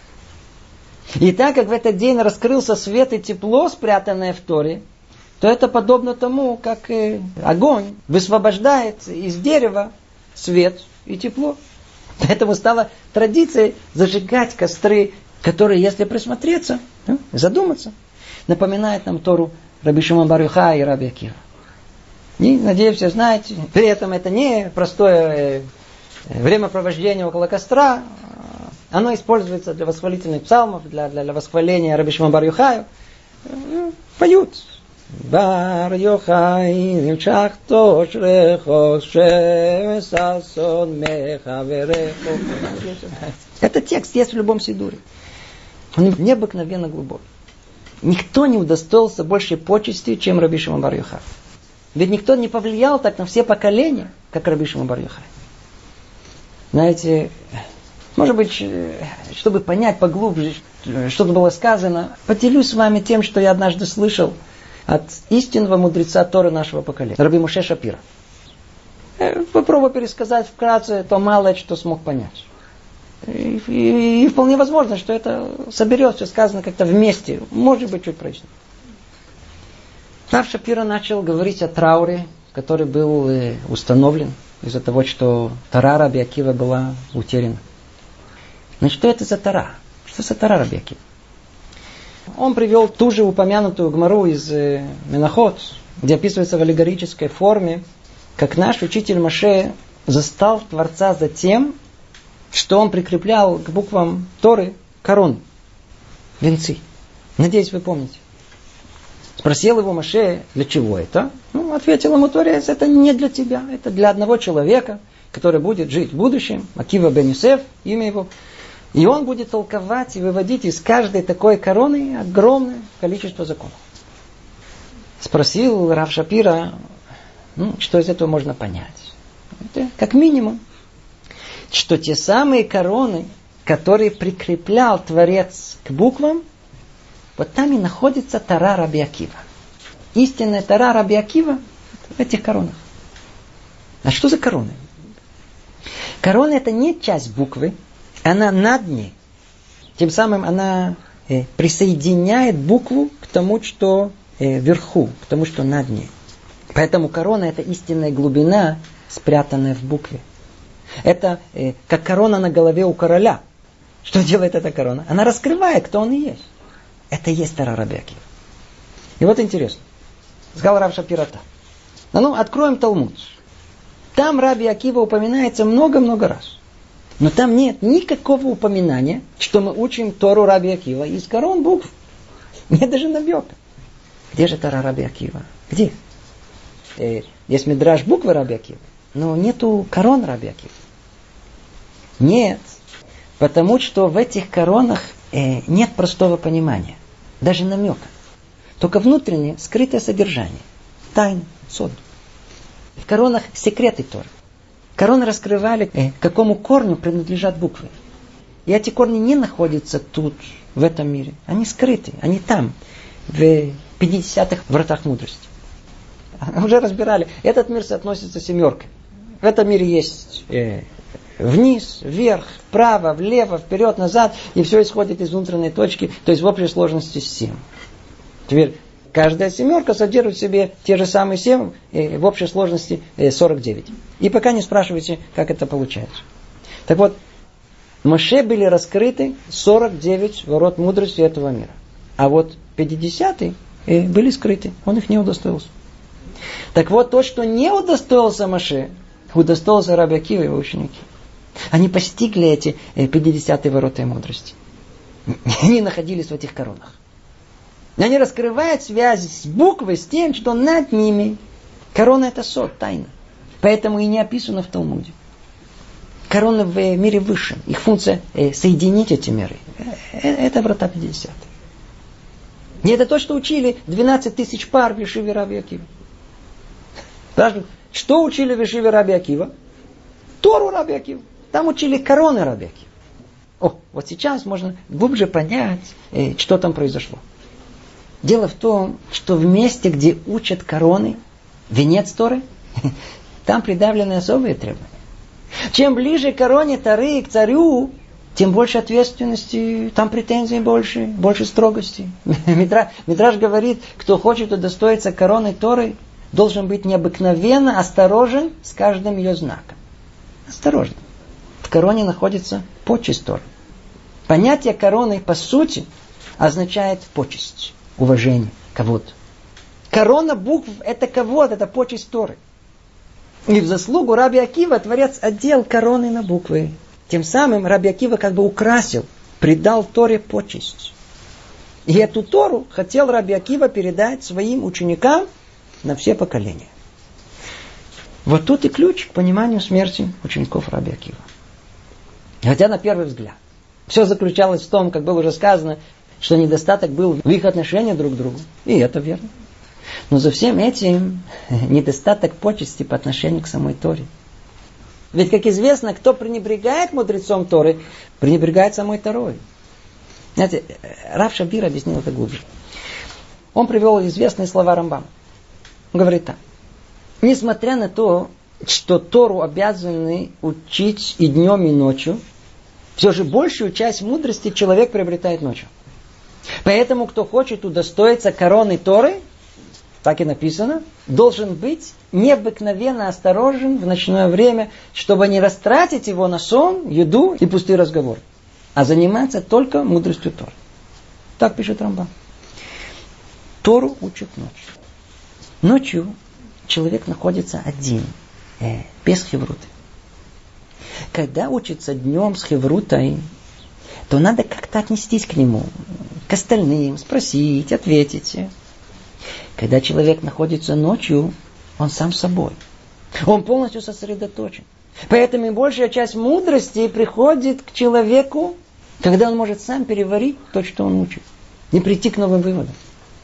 И так как в этот день раскрылся свет и тепло, спрятанное в Торе, то это подобно тому, как огонь высвобождает из дерева свет и тепло. Поэтому стала традицией зажигать костры, которые, если присмотреться, задуматься, напоминают нам Тору Раби Шимон бар Йохай и Раби Акива. И, надеюсь, все знаете, при этом это не простое времяпровождение около костра, оно используется для восхвалительных псалмов, для восхваления Раби Шимон бар Йохаю. Поют. Бар Йохай нимшах тошрехо шемесасон мехаверехо. Этот текст есть в любом сидуре. Он необыкновенно глубокий. Никто не удостоился большей почести, чем Раби Шимон бар Йохай. Ведь никто не повлиял так на все поколения, как Раби Шимон бар Йохай. Знаете, может быть, чтобы понять поглубже, что было сказано, поделюсь с вами тем, что я однажды слышал от истинного мудреца Торы нашего поколения, Раби Моше Шапира. Попробую пересказать вкратце то малое, что смог понять. И вполне возможно, что это соберется, сказано как-то вместе, может быть, чуть прочнее. Рав Шапира начал говорить о трауре, который был установлен из-за того, что Тора Раби Акива была утеряна. Но что это за Тора? Что за Тора Раби Акива? Он привел ту же упомянутую Гмару из Менахот, где описывается в аллегорической форме, как наш учитель Моше застал Творца за тем, что он прикреплял к буквам Торы корону, венцы. Надеюсь, вы помните. Спросил его Моше, для чего это? Ответил ему Творец, это не для тебя, это для одного человека, который будет жить в будущем, Акива бен Йосеф, имя его. И он будет толковать и выводить из каждой такой короны огромное количество законов. Спросил Рав Шапира, что из этого можно понять? Это как минимум, что те самые короны, которые прикреплял Творец к буквам, вот там и находится Тора Раби Акива. Истинная Тора Раби Акива в этих коронах. А что за короны? Корона — это не часть буквы, она над ней. Тем самым она присоединяет букву к тому, что вверху, к тому, что над ней. Поэтому корона — это истинная глубина, спрятанная в букве. Это как корона на голове у короля. Что делает эта корона? Она раскрывает, кто он и есть. Это и есть Тора Раби Акива. И вот интересно. Сказал Рав Шапира так. Ну, откроем Талмуд. Там Раби Акива упоминается много-много раз. Но там нет никакого упоминания, что мы учим Тору Раби Акива из корон букв. Нет даже намека. Где же Тора Раби Акива? Где? Есть мидраш буквы Раби Акива, но нету корон Раби Акива. Нет. Потому что в этих коронах нет простого понимания. Даже намека. Только внутреннее, скрытое содержание. Тайна, сод. В коронах секреты Торы. Короны раскрывали, какому корню принадлежат буквы. И эти корни не находятся тут, в этом мире. Они скрыты, они там, в 50-х вратах мудрости. Уже разбирали. Этот мир соотносится с семеркой. В этом мире есть вниз, вверх, вправо, влево, вперед, назад. И все исходит из внутренней точки, то есть в общей сложности 7. Теперь каждая семерка содержит в себе те же самые 7, в общей сложности 49. И пока не спрашивайте, как это получается. Так вот, Моше были раскрыты 49 ворот мудрости этого мира. А вот 50-е были скрыты. Он их не удостоился. Так вот, то, что не удостоился Моше, удостоился Раби Акива и его ученики. Они постигли эти 50-е ворота мудрости. Они находились в этих коронах. Они раскрывают связь с буквой, с тем, что над ними. Корона — это сод, тайна. Поэтому и не описано в Талмуде. Короны в мире высшем. Их функция соединить эти миры. Это врата 50. И это то, что учили 12 тысяч пар в Ешиве Раби Акива. Что учили в Ешиве Раби Акива? Тору Раби Акива. Там учили короны Раби Акива. Вот сейчас можно глубже понять, что там произошло. Дело в том, что в месте, где учат короны, венец Торы, там придавлены особые требования. Чем ближе к короне Торы, к царю, тем больше ответственности, там претензий больше строгости. Мидраш говорит, кто хочет удостоиться короны Торы, должен быть необыкновенно осторожен с каждым ее знаком. Осторожно. В короне находится почесть Торы. Понятие короны, по сути, означает почесть. Уважение, кого-то. Корона букв — это кого-то, это почесть Торы. И в заслугу Раби Акива Творец одел короны на буквы. Тем самым Раби Акива как бы украсил, придал Торе почесть. И эту Тору хотел Раби Акива передать своим ученикам на все поколения. Вот тут и ключ к пониманию смерти учеников Раби Акива. Хотя на первый взгляд все заключалось в том, как было уже сказано, что недостаток был в их отношении друг к другу. И это верно. Но за всем этим недостаток почести по отношению к самой Торе. Ведь, как известно, кто пренебрегает мудрецом Торы, пренебрегает самой Торой. Знаете, Рав Шапир объяснил это глубже. Он привел известные слова Рамбама. Он говорит так. Несмотря на то, что Тору обязаны учить и днем, и ночью, все же большую часть мудрости человек приобретает ночью. Поэтому, кто хочет удостоиться короны Торы, так и написано, должен быть необыкновенно осторожен в ночное время, чтобы не растратить его на сон, еду и пустые разговоры, а заниматься только мудростью Торы. Так пишет Рамбам. Тору учат ночью. Ночью человек находится один, без хевруты. Когда учится днем с хеврутой, то надо как-то отнестись к нему, к остальным, спросить, ответить. Когда человек находится ночью, он сам собой. Он полностью сосредоточен. Поэтому и большая часть мудрости приходит к человеку, когда он может сам переварить то, что он учит. Не прийти к новым выводам.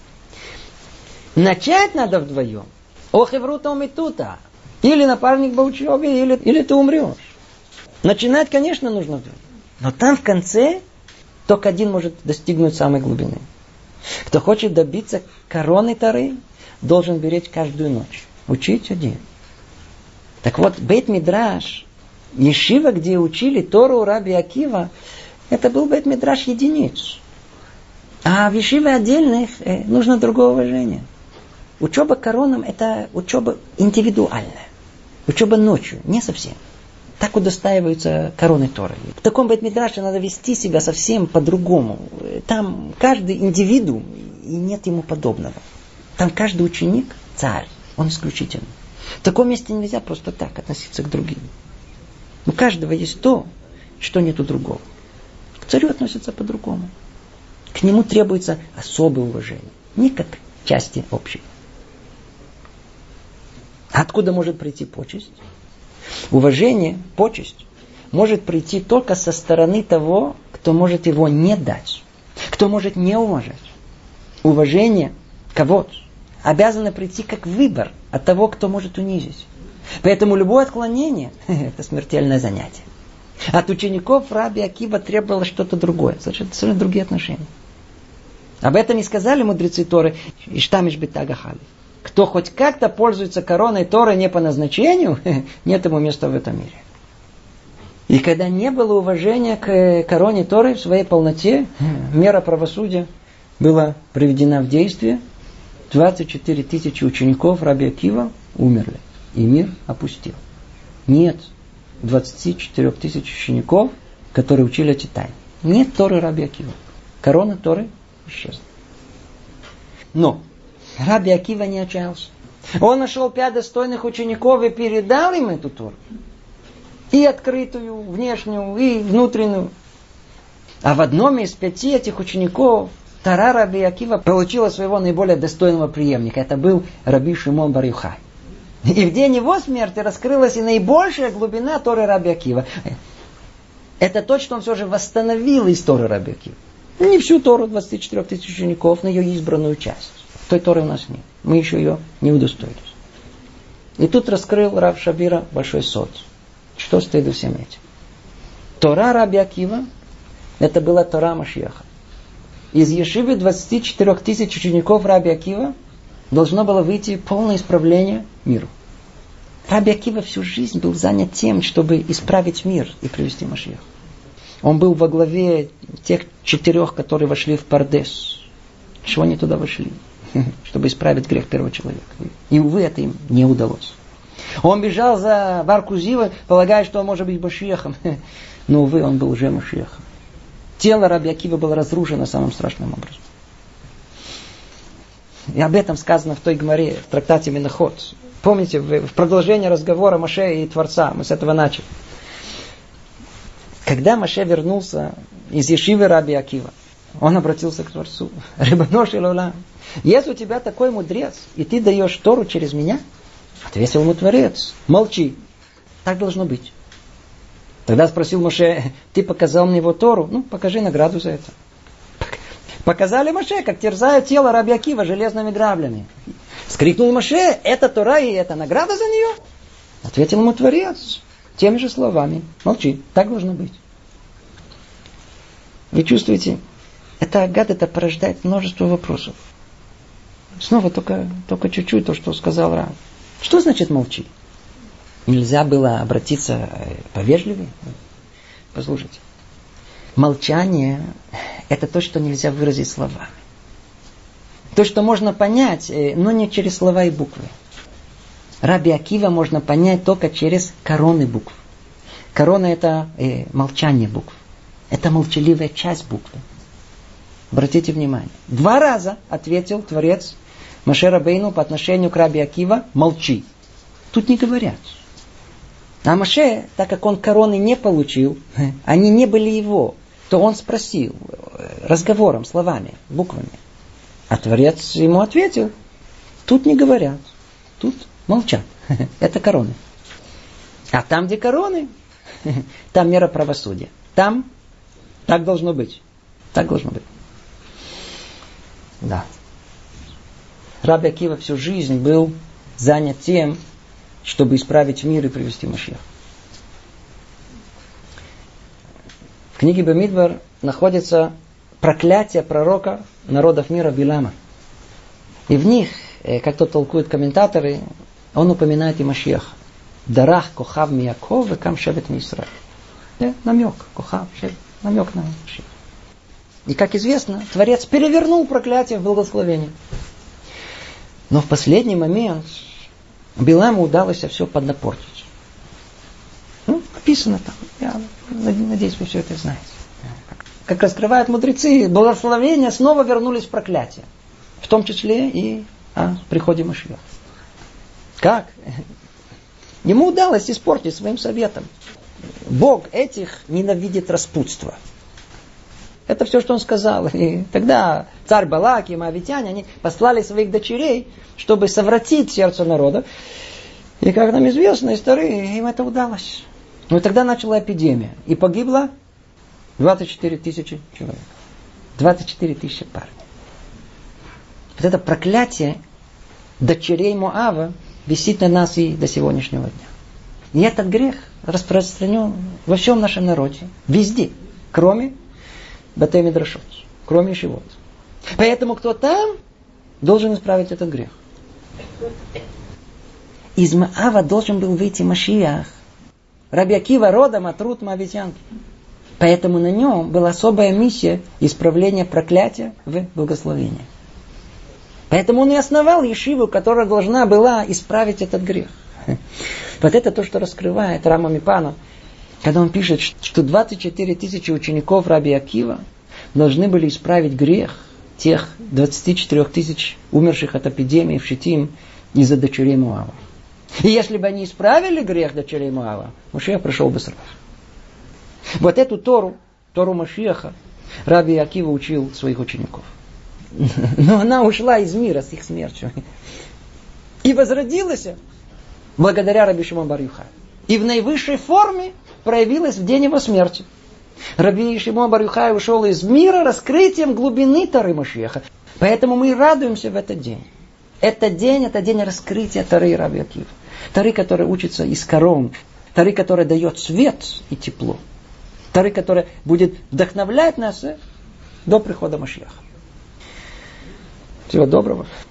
Начать надо вдвоем. Охеврута умитута. Или напарник по учебе, или ты умрешь. Начинать, конечно, нужно вдвоем. Но там в конце только один может достигнуть самой глубины. Кто хочет добиться короны Торы, должен беречь каждую ночь. Учить один. Так вот, Бейт-Мидраш, ешива, где учили Тору Раби Акива, это был Бейт-Мидраш единиц. А в ешиве отдельных нужно другое уважение. Учеба коронам – это учеба индивидуальная. Учеба ночью, не совсем. Так удостаиваются короны Торы. В таком Бейт-Мидраше надо вести себя совсем по-другому. Там каждый индивидуум, и нет ему подобного. Там каждый ученик – царь. Он исключительный. В таком месте нельзя просто так относиться к другим. У каждого есть то, что нет у другого. К царю относятся по-другому. К нему требуется особое уважение. Не как части общей. Откуда может прийти почесть? Уважение, почесть может прийти только со стороны того, кто может его не дать. Кто может не уважать. Уважение кого-то обязано прийти как выбор от того, кто может унизить. Поэтому любое отклонение – это смертельное занятие. От учеников Раби Акива требовалось что-то другое, совершенно другие отношения. Об этом и сказали мудрецы Торы «Иштамиш битагахали». Кто хоть как-то пользуется короной Торы не по назначению, нет ему места в этом мире. И когда не было уважения к короне Торы в своей полноте, мера правосудия была приведена в действие. 24 тысячи учеников Раби Акива умерли. И мир опустел. Нет 24 тысяч учеников, которые учили эти тайны. Нет Торы Раби Акива. Корона Торы исчезла. Но Раби Акива не отчаялся. Он нашел 5 достойных учеников и передал им эту Тору. И открытую, внешнюю, и внутреннюю. А в одном из 5 этих учеников Тора Раби Акива получила своего наиболее достойного преемника. Это был Раби Шимон бар Йохай. И в день его смерти раскрылась и наибольшая глубина Торы Раби Акива. Это то, что он все же восстановил из Торы Раби Акива. Не всю Тору 24 тысяч учеников, но ее избранную часть. Той Торы у нас нет. Мы еще ее не удостоились. И тут раскрыл Рав Шабира большой сот. Что стоит за всем этим? Тора Раби Акива – это была Тора Машиаха. Из ешивы 24 тысяч учеников Раби Акива должно было выйти полное исправление миру. Раби Акива всю жизнь был занят тем, чтобы исправить мир и привести Машиах. Он был во главе тех 4, которые вошли в Пардес. Чего они туда вошли? Чтобы исправить грех первого человека. И, увы, это им не удалось. Он бежал за Бар-Кузивой, полагая, что он может быть Машиахом. Но, увы, он был уже Машиахом. Тело Раби Акива было разрушено самым страшным образом. И об этом сказано в той Гемаре, в трактате Менахот. Помните, в продолжении разговора Моше и Творца, мы с этого начали. Когда Моше вернулся из ешивы Раби Акива, он обратился к Творцу. Рибоно шель олам, если у тебя такой мудрец, и ты даешь Тору через меня, ответил ему Творец, молчи. Так должно быть. Тогда спросил Моше, ты показал мне его Тору? Ну, покажи награду за это. Показали Моше, как терзают тело Раби Акива железными граблями. Скрикнул Моше, это Тора и это награда за нее? Ответил ему Творец теми же словами. Молчи, так должно быть. Вы чувствуете, эта агат, это порождает множество вопросов. Снова только чуть-чуть то, что сказал Рав. Что значит молчи? Нельзя было обратиться повежливее? Послушайте. Молчание – это то, что нельзя выразить словами. То, что можно понять, но не через слова и буквы. Раби Акива можно понять только через короны букв. Корона – это молчание букв. Это молчаливая часть буквы. Обратите внимание. 2 раза ответил Творец Моше Рабейну по отношению к Раби Акива «молчи». Тут не говорят. А Моше, так как он короны не получил, они не были его, то он спросил разговором, словами, буквами. А Творец ему ответил, тут не говорят, тут молчат. Это короны. А там, где короны, там мера правосудия. Там так должно быть. Так должно быть. Да. Раби Акива всю жизнь был занят тем, чтобы исправить мир и привести Машиаха. В книге Бамидбар находится проклятия пророка народов мира Билама. И в них, как то толкуют комментаторы, он упоминает и Машиаха. Дарах кохав мияков и кам шевет мисраэль. Намек, кохав, шевет, намек на Машиаха. И, как известно, Творец перевернул проклятие в благословение. Но в последний момент Биламу удалось все поднапортить. Написано там. Я надеюсь, вы все это знаете. Как раскрывают мудрецы, благословения снова вернулись в проклятие. В том числе и о приходе Машиаха. Как? Ему удалось испортить своим советом. Бог этих ненавидит распутство. Это все, что он сказал. И тогда царь Балак и моавитяне, они послали своих дочерей, чтобы совратить сердце народа. И, как нам известно, истории, им это удалось. Но тогда начала эпидемия. И погибло 24 тысячи человек. 24 тысячи парней. Вот это проклятие дочерей Моава висит на нас и до сегодняшнего дня. И этот грех распространен во всем нашем народе. Везде. Кроме Бетей Мидрашот. Кроме Ешивот. Поэтому кто там, должен исправить этот грех. Из Моава должен был выйти Машиах. Раби Акива родом от Рут Моавитянки. Поэтому на нем была особая миссия исправления проклятия в благословение. Поэтому он и основал ешиву, которая должна была исправить этот грех. Вот это то, что раскрывает Рама Мипана, когда он пишет, что 24 тысячи учеников Раби Акива должны были исправить грех тех 24 тысяч умерших от эпидемии в Шитим из-за дочерей Моава. И если бы они исправили грех дочерей Моава, Машиах пришел бы сразу. Вот эту Тору Машиаха, Раби Акива учил своих учеников. Но она ушла из мира с их смертью. И возродилась благодаря Раби Шимон бар Йохай. И в наивысшей форме проявилась в день его смерти. Раби Шимон бар Йохай ушел из мира раскрытием глубины Торы Машиаха. Поэтому мы и радуемся в этот день. Это день раскрытия Торы Раби Акивы. Торы, которая учится из корон. Торы, которая дает свет и тепло. Торы, которая будет вдохновлять нас до прихода Машиаха. Всего доброго.